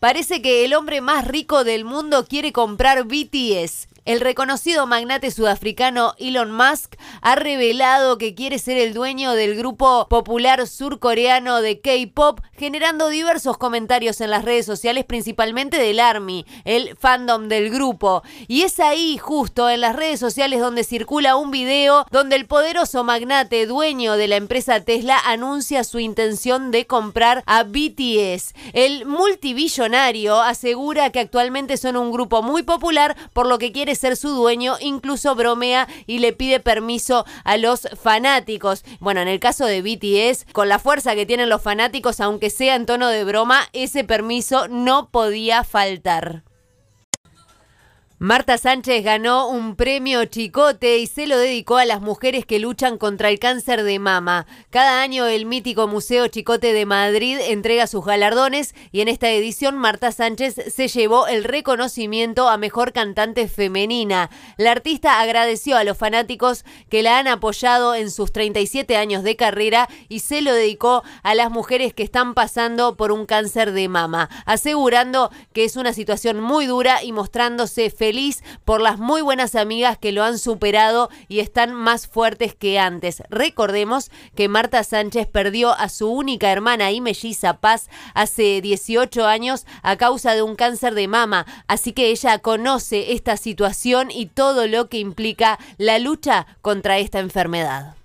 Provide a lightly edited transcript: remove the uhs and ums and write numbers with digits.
Parece que el hombre más rico del mundo quiere comprar BTS. El reconocido magnate sudafricano Elon Musk ha revelado que quiere ser el dueño del grupo popular surcoreano de K-pop, generando diversos comentarios en las redes sociales, principalmente del ARMY, el fandom del grupo. Y es ahí, justo en las redes sociales, donde circula un video donde el poderoso magnate dueño de la empresa Tesla anuncia su intención de comprar a BTS. El multibillonario asegura que actualmente son un grupo muy popular, por lo que quiere ser su dueño, incluso bromea y le pide permiso a los fanáticos. Bueno, en el caso de BTS, con la fuerza que tienen los fanáticos, aunque sea en tono de broma, ese permiso no podía faltar. Marta Sánchez ganó un premio Chicote y se lo dedicó a las mujeres que luchan contra el cáncer de mama. Cada año el mítico Museo Chicote de Madrid entrega sus galardones y en esta edición Marta Sánchez se llevó el reconocimiento a mejor cantante femenina. La artista agradeció a los fanáticos que la han apoyado en sus 37 años de carrera y se lo dedicó a las mujeres que están pasando por un cáncer de mama, asegurando que es una situación muy dura y mostrándose feliz por las muy buenas amigas que lo han superado y están más fuertes que antes. Recordemos que Marta Sánchez perdió a su única hermana y melliza Paz hace 18 años a causa de un cáncer de mama, así que ella conoce esta situación y todo lo que implica la lucha contra esta enfermedad.